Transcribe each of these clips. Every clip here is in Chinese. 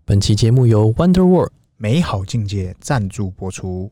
本期节目由 Wonder World 美好境界赞助播出。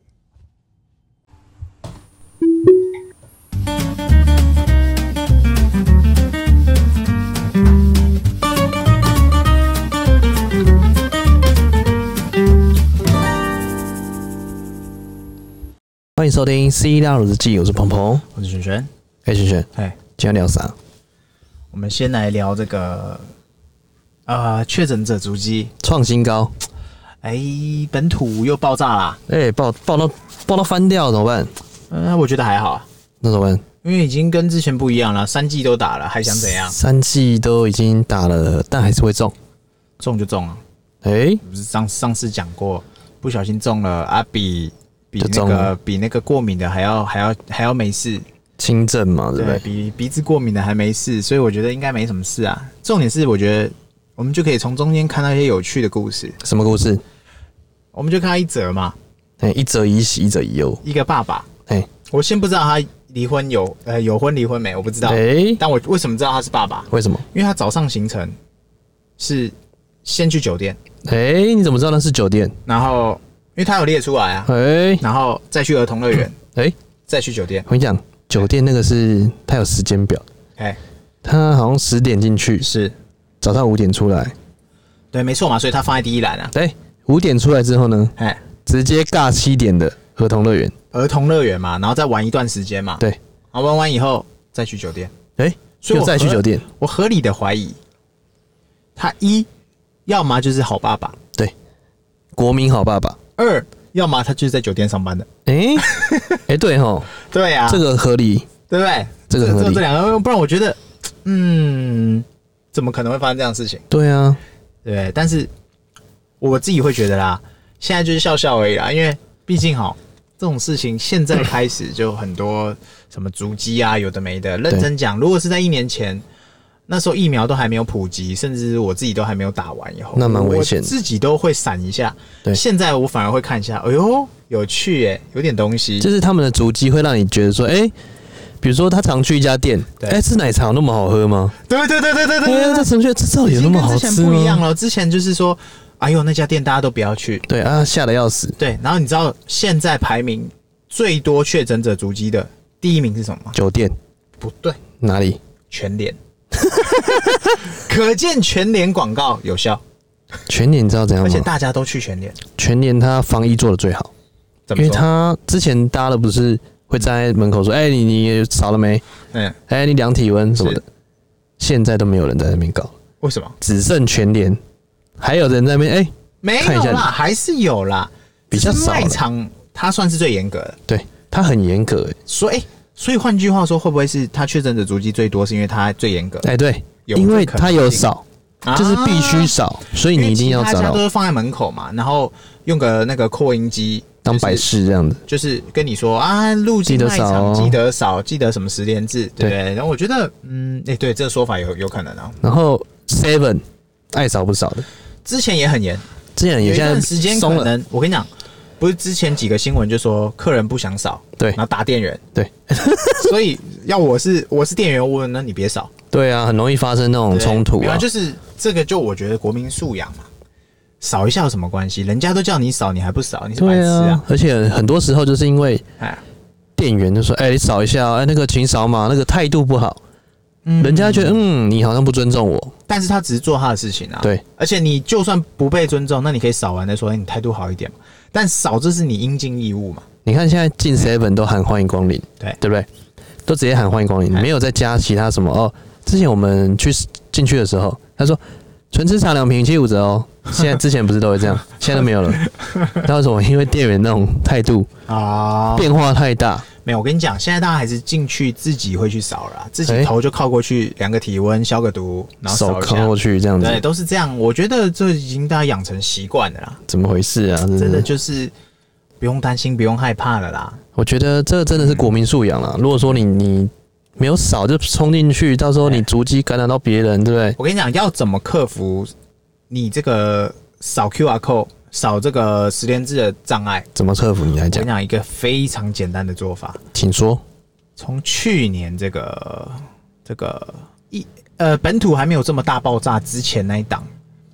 欢迎收听《C 大日记》，我是鹏鹏， 我是璇璇。 璇璇， 哎， 今天聊啥？ 我们先来聊这个确诊者足迹创新高。 本土又爆炸啦！ 爆到翻掉怎么办？ 我觉得还好啊。 那怎么办？ 因为已经跟之前不一样了，3剂都打了，还想怎样 ？3剂都已经打了，但还是会中。 中就中啊！不是上次讲过，不小心中了啊，比那个过敏的还要没事， 轻症嘛，对不对？ 比鼻子过敏的还没事，所以我觉得应该没什么事啊。重点是，我觉得我们就可以从中间看到一些有趣的故事。 什么故事？ 我们就看到一则嘛， 一则以喜，一则以忧。 一个爸爸，我先不知道他离婚有婚离婚没，我不知道。但我为什么知道他是爸爸？ 为什么？ 因为他早上行程是先去酒店。 你怎么知道那是酒店？ 然后因为他有列出来啊。然后再去儿童乐园。再去酒店。 我跟你讲，酒店那个是他有时间表。他好像10点进去， 是早上5点出来。 对，没错嘛，所以他放在第一栏啊。 5点出来之后呢，直接尬7点的儿童乐园。儿童乐园嘛，然后再玩一段时间嘛。对，然后玩完以后再去酒店。所以我再去酒店，我合理的怀疑，他要么就是好爸爸，对， 国民好爸爸 ；2要么他就是在酒店上班的。 对齁， 对啊， 这个合理， 对不对？ 这个合理， 这两个，不然我觉得，怎么可能会发生这样的事情？ 对啊， 对，但是我自己会觉得啦，现在就是笑笑而已啦，因为毕竟这种事情现在开始就很多什么足迹啊，有的没的。认真讲，如果是在1年前，那时候疫苗都还没有普及，甚至我自己都还没有打完以后， 那蛮危险的， 我自己都会闪一下。对，现在我反而会看一下，哎呦，有趣耶，有点东西。 就是他们的足迹会让你觉得说，比如说他常去一家店，吃奶茶有那么好喝吗？对，这程序这到底有那么好吃吗？ 之前不一样了，之前就是说，哎呦，那家店大家都不要去。对啊，吓得要死。 对，然后你知道现在排名最多确诊者足迹的第1名是什么吗？ 酒店？ 不对， 哪里？ 全联。可见全联广告有效。 全联你知道怎样吗？ 而且大家都去全联。全联它防疫做得最好，因为它之前大家都不是会站在门口说，你扫了没？你量体温什么的。现在都没有人在那边搞。 为什么？ 只剩全联，还有人在那边没有啦，还是有啦， 比较少。 卖场它算是最严格的， 对，它很严格。 所以换句话说，会不会是他确诊者足迹最多，是因为他最严格？ 对，因为他有扫，就是必须扫，所以你一定要找到。 大家都是放在门口嘛，然后用个那个扩音机当摆饰这样子， 就是跟你说啊，入境卖场记得扫，记得什么10连字，对不对？然后我觉得，对，这个说法有可能啊。 然后 7爱扫不扫的， 之前也很严，有一段时间可能我跟你讲。不是之前几个新闻就说客人不想扫，对，然后打店员，对，所以要我是店员，我那你别扫，对啊，很容易发生那种冲突啊。就是这个，就我觉得国民素养嘛，扫一下有什么关系？人家都叫你扫，你还不扫，你是白痴啊！ 而且很多时候就是因为店员就说，你扫一下，那个请扫码，那个态度不好，人家觉得你好像不尊重我， 但是他只是做他的事情啊，对，而且你就算不被尊重，那你可以扫完再说，你态度好一点嘛。但扫这是你应尽义务嘛？你看现在进 7都喊欢迎光临，对不对？都直接喊欢迎光临，没有再加其他什么之前我们进去的时候，他说纯吃茶2瓶75折哦。现在之前不是都会这样，现在都没有了。那为什么？因为店员那种态度变化太大。 没有，我跟你讲，现在大家还是进去自己会去扫啦，自己头就靠过去，量个体温，消个毒，然后扫一下，手靠过去这样子，对，都是这样。我觉得这已经大家养成习惯了啦。 怎么回事啊？ 真的就是不用担心，不用害怕了啦。 我觉得这真的是国民素养啦。如果说你没有扫就冲进去，到时候你足迹感染到别人，对不对？ 我跟你讲，要怎么克服你这个扫 QR code？扫这个10连字的障碍怎么克服？你来讲。 我跟你讲一个非常简单的做法， 请说。 从去年本土还没有这么大爆炸之前那一档，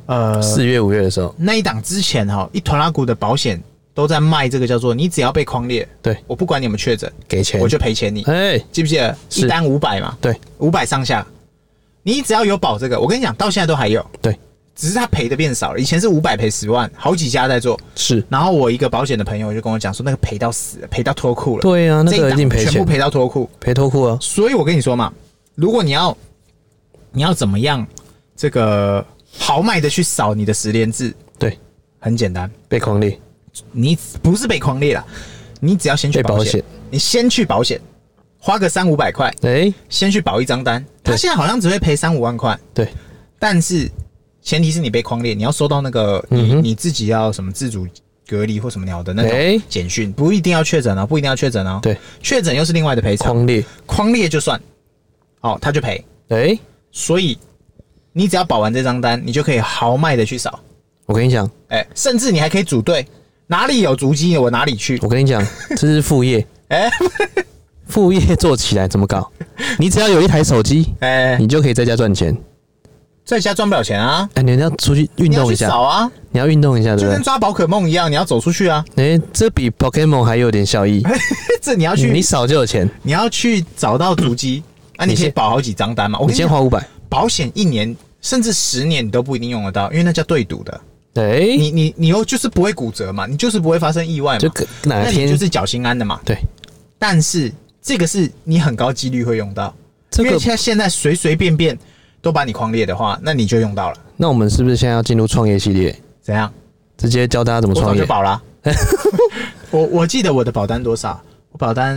4月5月的时候， 那一档之前一拖拉股的保险都在卖这个叫做你只要被匡列， 对， 我不管你有没有确诊， 给钱我就赔钱你。记不记得一单500嘛？ 对 ，500上下，你只要有保这个，我跟你讲，到现在都还有。 对。 只是他赔的变少了，以前是500赔10万，好几家在做。 是， 然后我一个保险的朋友就跟我讲说，那个赔到死了，赔到脱裤了。 对啊，那个一定赔钱， 全部赔到脱裤， 赔脱裤啊！ 所以我跟你说嘛，如果你要怎么样这个豪迈的去扫你的10连制， 对， 很简单， 被匡列， 你不是被匡列啦，你只要先去保险，你先去保险，花个300-500块，先去保一张单，他现在好像只会赔3-5万块， 对， 但是。前提是你被匡列，你要收到那个你自己要什么自主隔离或什么鸟的那种简讯，不一定要确诊哦，不一定要确诊哦。 对， 确诊又是另外的赔偿。匡列就算，他就赔。所以你只要保完这张单，你就可以豪迈的去扫。 我跟你讲， 甚至你还可以组队，哪里有足迹我哪里去。 我跟你讲，这是副业。副业做起来怎么搞？你只要有一台手机，你就可以在家赚钱。 在家赚不了钱啊！ 你要出去运动一下， 你要去扫啊！ 你要运动一下，对不对？ 就跟抓宝可梦一样，你要走出去啊！ 这比 Pokemon 还有点效益。 这你要去， 你扫就有钱。你要去找到足迹，你可以保好几张单嘛。 你先花500， 保险1年甚至10年你都不一定用得到，因为那叫对赌的。你又就是不会骨折嘛，你就是不会发生意外嘛， 就哪天就是侥幸安的嘛。 对， 但是这个是你很高几率会用到，因为现在随随便便。都把你匡列的话，那你就用到了。 那我们是不是现在要进入创业系列？ 怎样？ 直接教大家怎么创业？ 我早就保了。我记得我的保单多少？我保单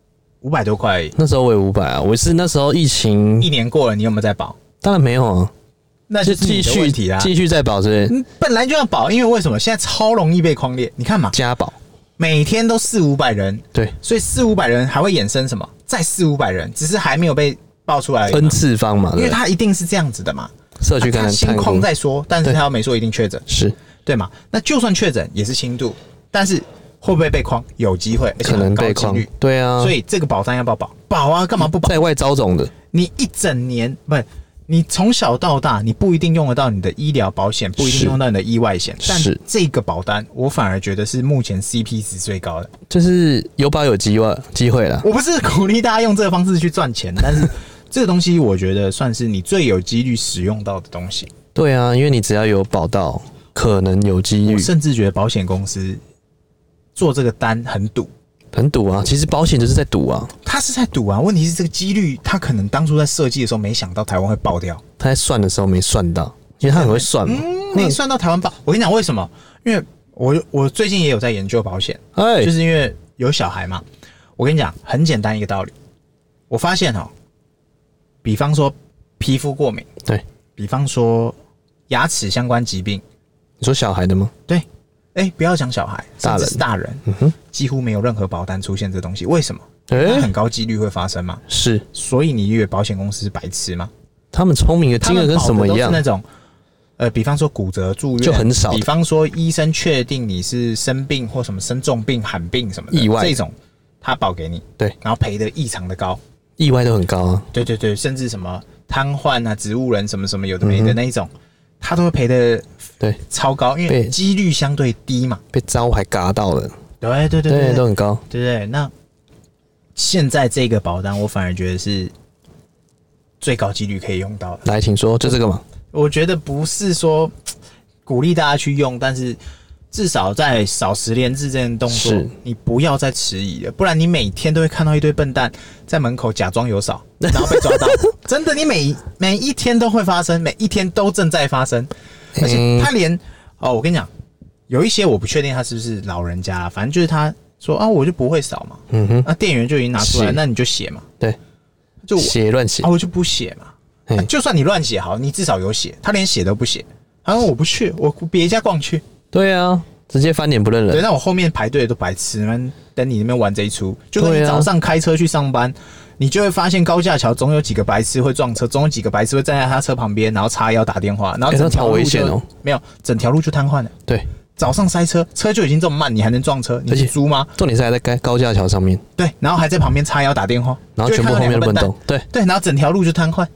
500多块而已。 那时候我也500啊。我是那时候疫情 1年过了，你有没有在保？ 当然没有啊。 那就继续问题啦， 继续再保是不是？ 本来就要保，因为为什么？现在超容易被匡列。你看嘛， 加保每天都400-500人， 对， 所以400-500人还会衍生什么？再400-500人，只是还没有被。爆出来 N 次方嘛， 因为他一定是这样子的嘛。 社区感染先匡再说，但是他又没说一定确诊， 是对嘛？那就算确诊也是轻度，但是会不会被匡？有机会，而且很高几率。 对啊， 所以这个保单要不要保？保啊，干嘛不保？ 在外招种的， 你一整年不是你从小到大，你不一定用得到你的医疗保险，不一定用到你的意外险，但是这个保单，我反而觉得是目前 CP 值最高的， 就是有保有机会啦。 我不是鼓励大家用这个方式去赚钱，但是。这个东西我觉得算是你最有几率使用到的东西。 对啊，因为你只要有保到，可能有几率。 我甚至觉得保险公司做这个单很赌， 很赌啊！其实保险就是在赌啊， 他是在赌啊。问题是这个几率，他可能当初在设计的时候没想到台湾会爆掉， 他在算的时候没算到，因为他很会算嘛， 没算到台湾爆。我跟你讲为什么？因为我最近也有在研究保险，就是因为有小孩嘛。我跟你讲，很简单一个道理，我发现比方说皮肤过敏， 对， 比方说牙齿相关疾病， 你说小孩的吗？ 对，不要讲小孩，甚至是大人，几乎没有任何保单出现这东西，为什么？它很高几率会发生嘛？ 是， 所以你以为保险公司是白痴吗？ 他们聪明的金额跟什么一样？ 那种比方说骨折住院就很少， 比方说医生确定你是生病或什么生重病、罕病什么的意外， 这种他保给你， 对， 然后赔的异常的高。 意外都很高啊， 对对对，甚至什么瘫痪啊、植物人什么什么有的没的那一种，他都会赔的对超高，因为几率相对低嘛， 被招还嘎到了， 对对对 对， 都很高， 对对。那现在这个保单，我反而觉得是最高几率可以用到的。 来，请说，就这个嘛。 我觉得不是说鼓励大家去用，但是。至少在扫10连制这件动作，你不要再迟疑了，不然你每天都会看到一堆笨蛋在门口假装有扫，然后被抓到。真的，你每一天都会发生，每一天都正在发生。而且他连我跟你讲，有一些我不确定他是不是老人家，反正就是他说我就不会扫嘛，那店员就已经拿出来，那你就写嘛， 对，就写乱写我就不写嘛，就算你乱写好，你至少有写，他连写都不写，他说我不去，我别家逛去。对啊，直接翻脸不认人。 对，那我后面排队都白痴，等你那边玩这一出。就是你早上开车去上班，你就会发现高架桥总有几个白痴会撞车，总有几个白痴会站在他车旁边，然后叉腰打电话，然后整条路就没有，整条路就瘫痪了。 对， 早上塞车，车就已经这么慢，你还能撞车？你是猪吗？ 重点是还在高架桥上面。 对，然后还在旁边叉腰打电话， 然后全部后面都不能动。对对，然后整条路就瘫痪。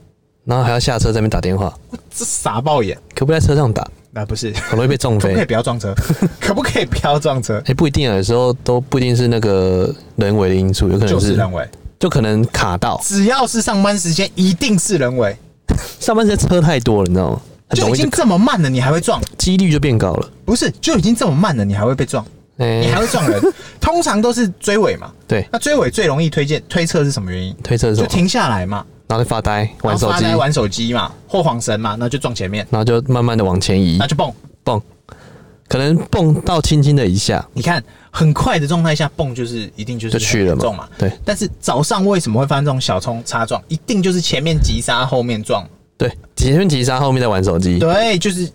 然后还要下车在那边打电话， 这傻爆眼。 可不可以在车上打？ 不是， 很容易被撞飞。 可不可以不要撞车？可不可以不要撞车？ 不一定啊，有时候都不一定是那个人为的因素，有可能就是人为， 就可能卡到。 只要是上班时间，一定是人为。 上班时间车太多了，你知道吗？ 就已经这么慢了，你还会撞， 几率就变高了。 不是，就已经这么慢了，你还会被撞，你还会撞人。通常都是追尾嘛。 对， 那追尾最容易推测是什么原因？ 推测是什么？ 就停下来嘛， 然后就发呆玩手机嘛，或晃神嘛，那就撞前面， 然后就慢慢的往前移， 那就蹦， 可能蹦到轻轻的一下。 你看，很快的状态下蹦就是一定就是去了嘛。 对。 但是早上为什么会发生这种小冲擦撞？一定就是前面急刹，后面撞。 对，前面急刹，后面在玩手机。 对，就是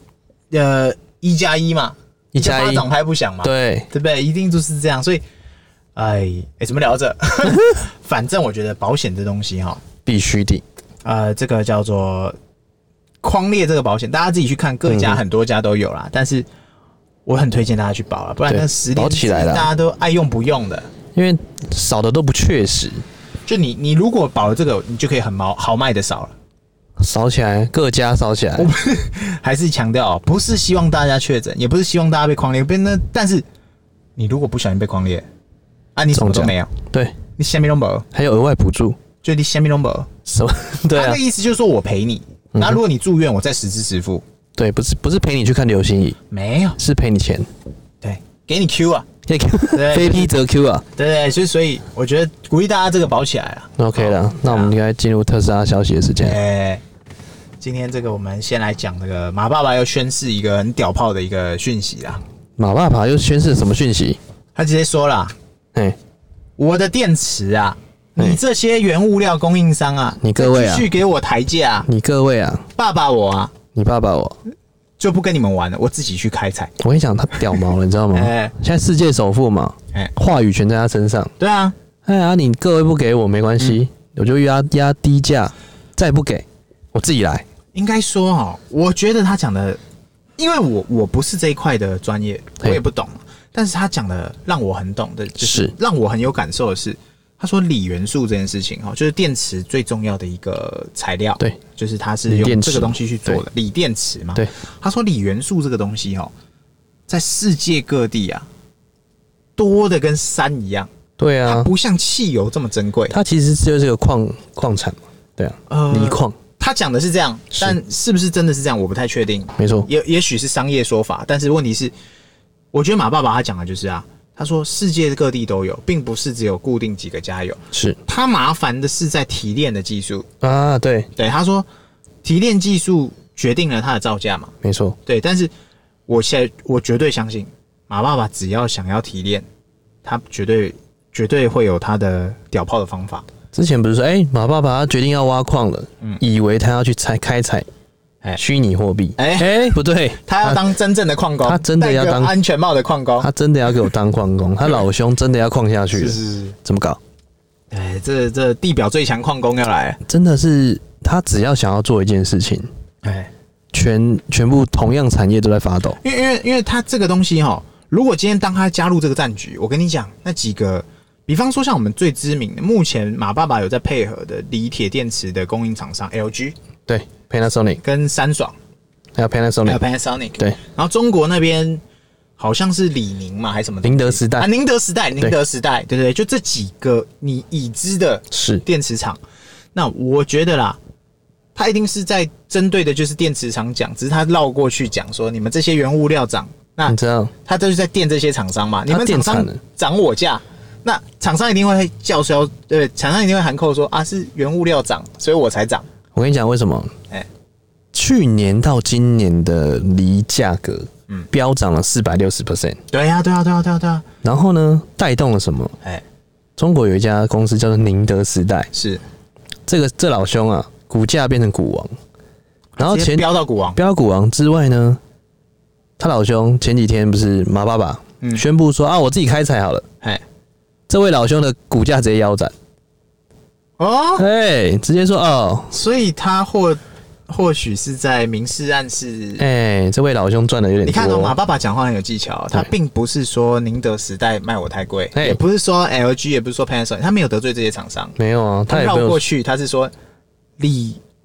1+1嘛，1+1巴掌拍不响嘛。对不对？一定就是这样。所以，怎么聊着？反正我觉得保险这东西必须的。 这个叫做匡列这个保险，大家自己去看，各家很多家都有啦。但是我很推荐大家去保啦，不然那10年起来了，大家都爱用不用的， 因为少的都不确实。 就你如果保了这个，你就可以很豪迈的少了。 扫起来，各家扫起来。 我还是强调，不是希望大家确诊，也不是希望大家被匡列。但是你如果不小心被匡列，你什么都没有。对，你什么都没有， 还有额外补助， 就你什么都没有。什么？对啊，他的意思就是说我赔你，那如果你住院，我再实支实付。 对，不是陪你去看流星雨， 没有， 是赔你钱。 对，给你 Q 啊， 非 P 则 Q 啊。 对，所以我觉得鼓励大家这个保起来啊。 OK 了，那我们应该进入特斯拉消息的时间。 今天这个我们先来讲这个马爸爸又宣示一个很屌炮的一个讯息啦。 马爸爸又宣示什么讯息？ 他直接说了，我的电池啊，你这些原物料供应商啊， 你各位啊， 继续给我台价啊， 你各位啊， 爸爸我啊， 你爸爸我就不跟你们玩了，我自己去开采。 我跟你讲，他屌毛了，你知道吗？现在世界首富嘛，话语权在他身上。 对啊， 你各位不给我没关系，我就压低价，再不给我自己来。 应该说我觉得他讲的，因为我不是这一块的专业，我也不懂，但是他讲的让我很懂的，就是让我很有感受的是，他说锂元素这件事情就是电池最重要的一个材料，对，就是它是用这个东西去做的锂电池嘛。对，他说锂元素这个东西在世界各地啊多的跟山一样。对啊，它不像汽油这么珍贵， 它其实就是个矿产嘛。对啊，锂矿。 他讲的是这样，但是不是真的是这样，我不太确定。没错，也许是商业说法，但是问题是，我觉得马爸爸他讲的就是他说世界各地都有，并不是只有固定几个家有。是，他麻烦的是在提炼的技术啊。对，他说提炼技术决定了它的造价嘛。没错，对，但是我绝对相信马爸爸只要想要提炼，他绝对会有他的屌炮的方法。之前不是说，马爸爸他决定要挖矿了，以为他要去开采虚拟货币，不对，他要当真正的矿工，他真的要当安全帽的矿工，他真的要给我当矿工，他老兄真的要矿下去了，是怎么搞？这地表最强矿工要来，真的是他只要想要做一件事情，全部同样产业都在发抖，因为他这个东西如果今天当他加入这个战局，我跟你讲，那几个。比方说，像我们最知名的，目前马爸爸有在配合的锂铁电池的供应厂商 LG， 对 ，Panasonic 跟三爽，还有 Panasonic， 对。然后中国那边好像是李宁嘛，还是什么？宁德时代，宁德时代，对对，就这几个你已知的电池厂。那我觉得啦，他一定是在针对的就是电池厂讲，只是他绕过去讲说，你们这些原物料涨，那你知道他就是在电这些厂商嘛，你们厂商涨我价。那厂商一定会叫嚣，对，厂商一定会喊扣说是原物料涨，所以我才涨。我跟你讲为什么？去年到今年的锂价格，飙涨了460%。对呀。然后呢，带动了什么？中国有一家公司叫做宁德时代，是这老兄啊，股价变成股王，然后飙到股王之外呢，他老兄前几天不是马爸爸宣布说我自己开采好了，这位老兄的股价直接腰斩直接说所以他或许是在明示暗示，这位老兄赚的有点多。你看马爸爸讲话很有技巧，他并不是说宁德时代卖我太贵，也不是说 LG， 也不是说 Panasonic， 他没有得罪这些厂商，没有啊，他绕过去，他是说锂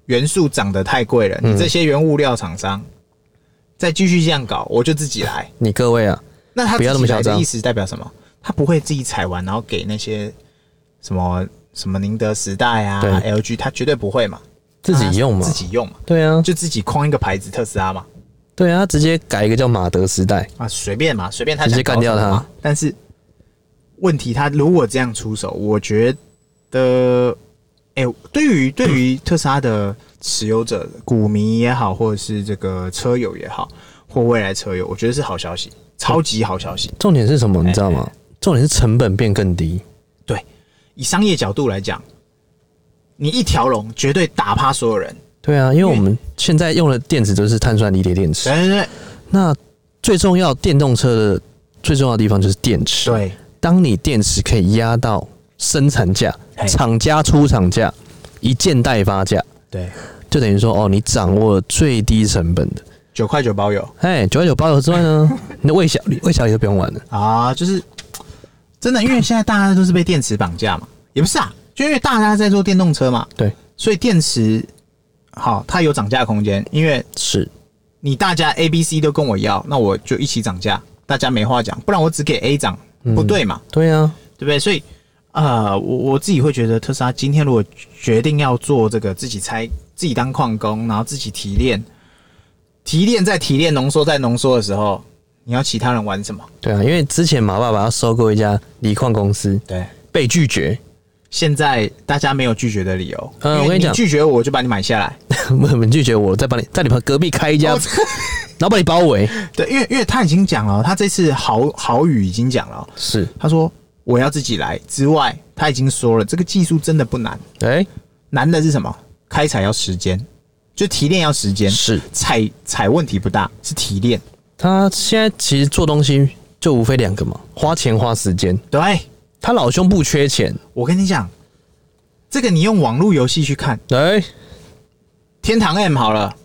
元素涨得太贵了，你这些原物料厂商再继续这样搞，我就自己来。 你各位啊， 那他自己来的意思代表什么？他不会自己采完然后给那些什么宁德时代啊 LG， 他绝对不会嘛， 自己用嘛， 自己用嘛， 对啊， 就自己框一个牌子特斯拉嘛， 对啊，直接改一个叫马德时代啊，随便嘛，随便他直接干掉他。 但是问题他如果这样出手，我觉得，对于特斯拉的持有者、股民也好，或者是这个车友也好，或未来车友，我觉得是好消息，超级好消息。 重点是什么？你知道吗？重点是成本变更低。 对，以商业角度来讲，你一条龙绝对打趴所有人。 对啊，因为我们现在用的电池都是碳酸锂铁电池。 对对对。 那最重要，电动车的最重要的地方就是电池。 对， 当你电池可以压到生产价，厂家出厂价，一件代发价， 对， 就等于说你掌握了最低成本的 9块9包邮。 9块9包邮之外呢，你的魏小李都不用玩了啊，就是真的，因为现在大家都是被电池绑架嘛，也不是啊，就因为大家在做电动车嘛， 对， 所以电池好，它有涨价空间，因为是你大家 A、B、C 都跟我要，那我就一起涨价，大家没话讲，不然我只给 A 涨，不对嘛？ 对啊， 对不对？所以我自己会觉得特斯拉今天如果决定要做这个自己当矿工，然后自己提炼再提炼，浓缩再浓缩的时候，你要其他人玩什么？ 对啊，因为之前马爸爸要收购一家锂矿公司， 对，被拒绝。 现在大家没有拒绝的理由。 我跟你讲， 拒绝我就把你买下来， 你拒绝我，再把你在你隔壁开一家，然后把你包围。 对，因为他已经讲了，他这次豪语已经讲了， 是他说我要自己来之外，他已经说了这个技术真的不难。难的是什么？开采要时间，就提炼要时间，是采问题不大，是提炼。 他现在其实做东西就无非2个嘛，花钱花时间。 对。 他老兄不缺钱， 我跟你讲，这个你用网络游戏去看，天堂 M 好了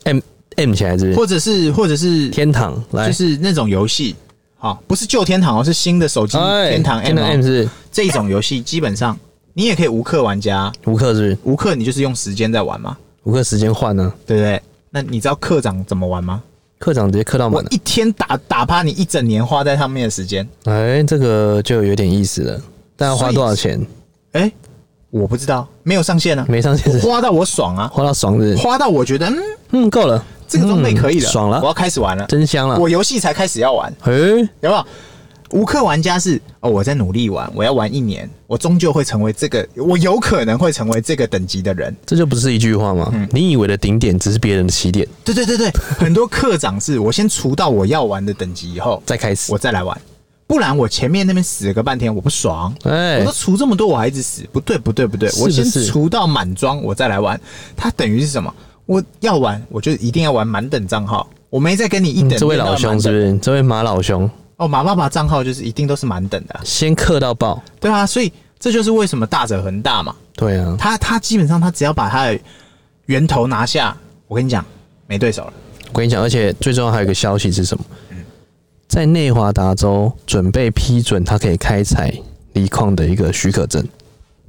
，M 起来是不是？或者是天堂， 就是那种游戏，好，不是旧天堂哦，是新的手机天堂 M 是这种游戏，基本上你也可以无氪玩家， 无氪是无氪，你就是用时间在玩嘛， 无氪时间换呢， 对不对？那你知道课长怎么玩吗？ 课长直接氪到满， 我一天打趴你一整年花在上面的时间。 这个就有点意思了。但要花多少钱？ 我不知道，没有上限啊， 没上限， 花到我爽啊， 花到爽是， 花到我觉得够了， 这个装备可以了， 爽了， 我要开始玩了， 真香了。 我游戏才开始要玩，有没有？无氪玩家是我在努力玩，我要玩1年，我终究会成为这个，我有可能会成为这个等级的人。 这就不是一句话吗？你以为的顶点只是别人的起点。 对，很多课长是我先除到我要玩的等级以后再开始， 我再来玩，不然我前面那边死了个半天我不爽。我都除这么多我还一直死，不对，我先除到满装我再来玩。它等于是什么？我要玩我就一定要玩满等账号，我没再跟你一等。 这位老兄是不是？这位马老兄。 马爸爸账号就是一定都是满等的， 先氪到爆。 对啊，所以这就是为什么大者恒大嘛。 对啊， 他基本上他只要把他的源头拿下，我跟你讲，没对手了。 我跟你讲，而且最重要还有一个消息是什么？在内华达州准备批准他可以开采锂矿的一个许可证。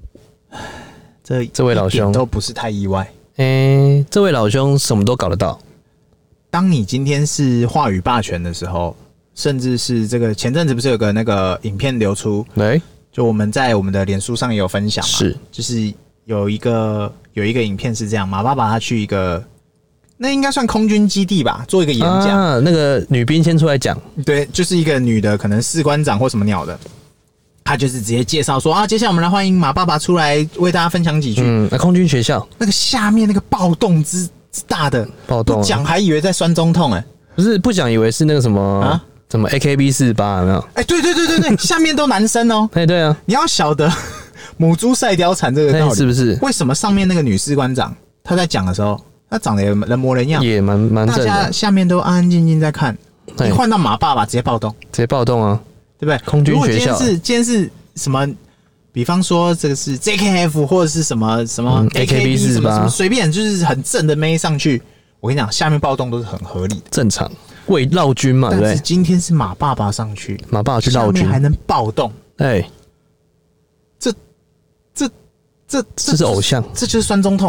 这位老兄都不是太意外。 这位老兄什么都搞得到。 当你今天是话语霸权的时候。甚至是这个前阵子不是有个那个影片流出，就我们在我们的脸书上也有分享嘛，是就是有一个影片是这样，马爸爸他去一个那应该算空军基地吧，做一个演讲， 那个女兵先出来讲， 对，就是一个女的，可能士官长或什么鸟的，他就是直接介绍说接下来我们来欢迎马爸爸出来为大家分享几句。 空军学校那个下面那个暴动之大的暴动， 不讲还以为在酸中痛不是不讲以为是那个什么什么 AKB48 有没有？ 对，下面都男生哦。 对啊， 你要晓得母猪赛貂蝉这个道理是不是？ 为什么上面那个女士官长她在讲的时候，她长得也人模人样， 也蛮正的， 大家下面都安安静静在看。一换到马爸爸，直接暴动啊，对不对？ 空军学校。 如果今天是什么？比方说这个是 JKF 或者是什么 AKB 什么随便，就是很正的妹上去，我跟你讲，下面暴动都是很合理的， 正常。为绕军嘛，对不对？ 但是今天是马爸爸上去， 马爸爸去绕军， 下面还能暴动， 这是偶像， 这就是酸中痛了啦。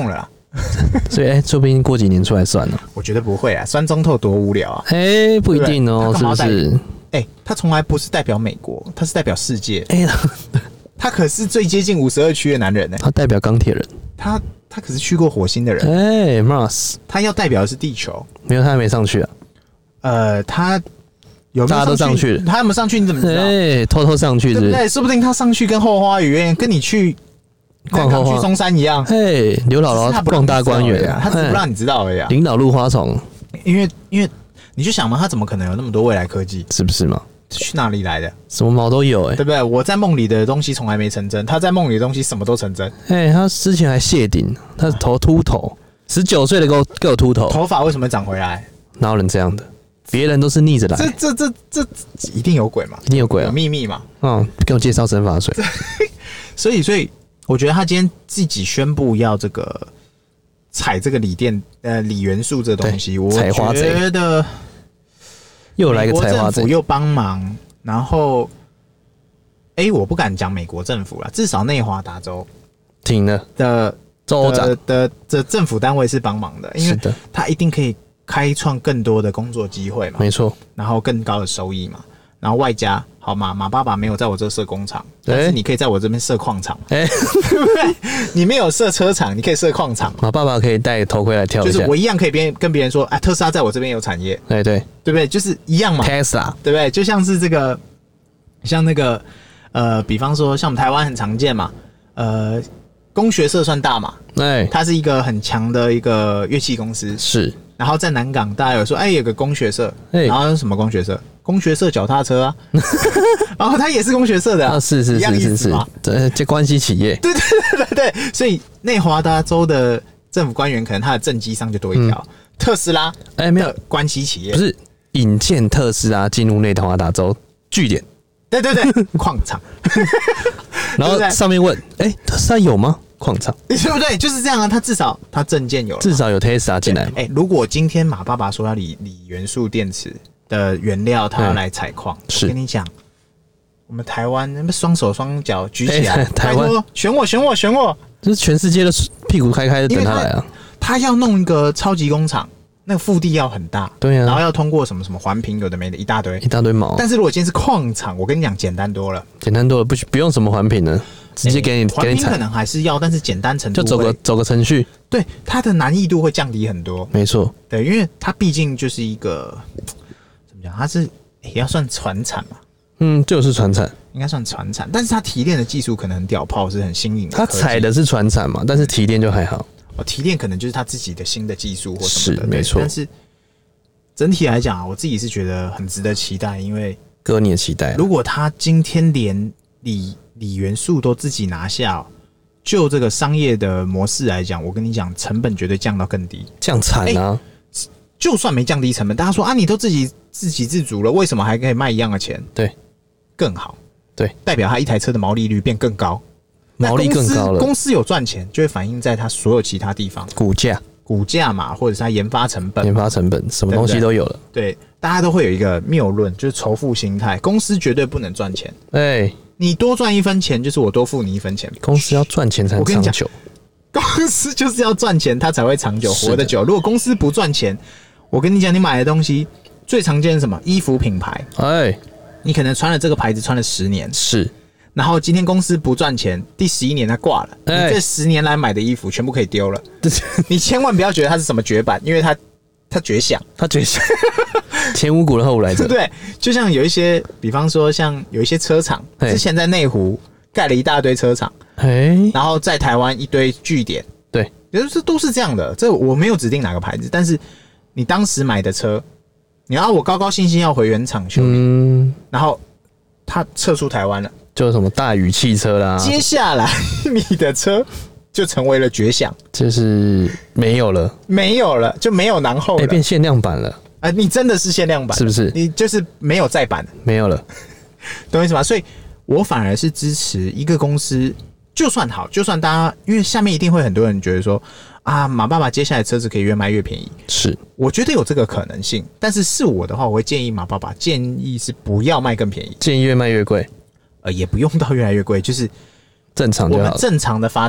所以说不定过几年出来算了。 我觉得不会啊，酸中透多无聊啊！ 不一定哦，是不是？ 他从来不是代表美国，他是代表世界。他可是最接近52区的男人他代表钢铁人。 他可是去过火星的人。 Mars， 他要代表的是地球。 没有，他还没上去啊。 他有没有上去？ 大家都上去了， 他有没有上去？你怎么知道？ 偷偷上去是不是？ 对不对？说不定他上去跟后花园，跟你去逛后花去松山一样。 刘姥姥逛大观园他只不让你知道而已。 领导入花丛， 因为你就想嘛，他怎么可能有那么多未来科技？ 是不是嘛？ 去哪里来的？ 什么毛都有对不对？我在梦里的东西从来没成真，他在梦里的东西什么都成真。 他之前还谢顶，他头秃头，19岁的给我秃头， 头发为什么长回来？ 哪有人这样的？别人都是逆着来。 这一定有鬼嘛？ 一定有鬼啊！ 有秘密嘛？ 给我介绍生发水。 所以我觉得他今天自己宣布要这个采这个锂元素这东西，我觉得又来个采花贼， 美国政府又帮忙，然后我不敢讲美国政府啦，至少内华达州挺了的州长的政府单位是帮忙的，因为他一定可以开创更多的工作机会嘛， 没错， 然后更高的收益嘛，然后外加好嘛，马爸爸没有在我这设工厂，但是你可以在我这边设矿场，对不对？你没有设车厂，你可以设矿场， 马爸爸可以戴头盔来跳一下， 就是我一样可以跟别人说，特斯拉在我这边有产业，对不对？就是一样嘛 ，Tesla， 对不对？就像是这个，像那个比方说像我们台湾很常见嘛，工学社算大嘛，它是一个很强的一个乐器公司， 是。 然后在南港，大家有说，有个工学社，然后什么工学社？工学社脚踏车啊，然后它也是工学社的啊， 是，这关系企业， 对，所以内华达州的政府官员可能他的政绩上就多一条，特斯拉没有关系企业， 不是引荐特斯拉进入内华达州据点， 对，矿场， 然后上面问，特斯拉有吗？矿场， 对不对？就是这样啊，他至少他证件有了， 至少有 Tesla 进来。 如果今天马爸爸说要锂元素电池的原料，他要来采矿，我跟你讲，我们台湾双手双脚举起来，台湾选我， 就是全世界的屁股开的等他来啊！ 他要弄一个超级工厂，那个腹地要很大， 对啊， 然后要通过什么环评，有的没的一大堆毛。 但是如果今天是矿场，我跟你讲，简单多了， 不用什么环评了。直接给你环评可能还是要，但是简单程度就走个程序， 对它的难易度会降低很多。 没错， 对，因为它毕竟就是一个怎么讲，它是也要算传产嘛。 就是传产， 应该算传产，但是它提炼的技术可能很屌炮，是很新颖的。 它采的是传产嘛，但是提炼就还好。 提炼可能就是他自己的新的技术或什么的， 是没错。 但是整体来讲，我自己是觉得很值得期待，因为哥你也期待。 如果他今天连锂元素都自己拿下，就这个商业的模式来讲，我跟你讲，成本绝对降到更低。 降产啊！ 就算没降低成本，大家说你都自给自足了，为什么还可以卖一样的钱？ 对， 更好。 对， 代表他一台车的毛利率变更高， 毛利更高了。 公司有赚钱，就会反映在他所有其他地方，股价嘛，或者是他研发成本， 什么东西都有了。 对，大家都会有一个谬论，就是仇富心态，公司绝对不能赚钱。你多赚1分钱，就是我多付你1分钱。 公司要赚钱才能长久， 公司就是要赚钱，它才会长久，活得久。如果公司不赚钱，我跟你讲，你买的东西最常见是什么？衣服品牌。你可能穿了这个牌子穿了10年， 是。 然后今天公司不赚钱，第11年它挂了，你这10年来买的衣服全部可以丢了。你千万不要觉得它是什么绝版，因为它绝响，前无古人后无来者，对不对？就像有一些，比方说像有一些车厂，之前在内湖盖了一大堆车厂，然后在台湾一堆据点，对，这都是这样的。这我没有指定哪个牌子，但是你当时买的车，你要我高高兴兴要回原厂修理，然后他撤出台湾了， 就是什么大宇汽车啦， 接下来你的车就成为了绝响， 就是没有了， 就没有然后了， 变限量版了。 你真的是限量版，是不是？你就是没有再版， 没有了， 懂我意思吗？所以我反而是支持一个公司，就算好，就算大家，因为下面一定会很多人觉得说马爸爸接下来车子可以越卖越便宜，是，我觉得有这个可能性。但是我的话，我会建议马爸爸建议是不要卖更便宜， 越卖越贵， 也不用到越来越贵，就是正常就好了， 我们正常的发展，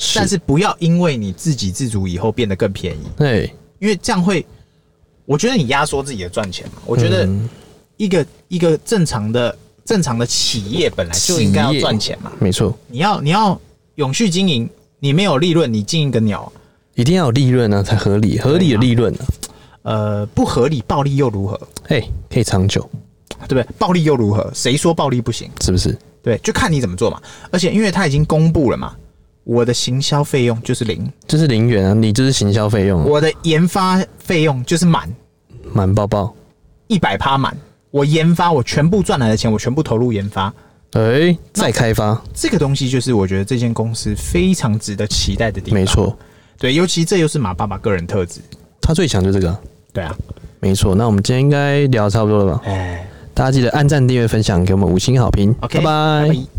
但是不要因为你自给自足以后变得更便宜。 对， 因为这样会，我觉得你压缩自己的赚钱嘛。我觉得一个正常的企业本来就应该要赚钱嘛。 没错， 你要永续经营，你没有利润，你经营个鸟。 一定要有利润啊，才合理的利润啊。不合理，暴利又如何？ 可以长久， 对不对？暴利又如何？谁说暴利不行？ 是不是？ 对，就看你怎么做嘛。而且因为他已经公布了嘛，我的行销费用就是0， 就是0元啊，你就是行销费用。 我的研发费用就是满爆爆 ，100%满。我研发，我全部赚来的钱，我全部投入研发。 再开发这个东西，就是我觉得这间公司非常值得期待的地方。 没错。 对，尤其这又是马爸爸个人特质， 他最强就这个。 对啊， 没错。那我们今天应该聊差不多了吧？大家记得按赞、订阅、分享，给我们5星好评。 OK， 拜拜。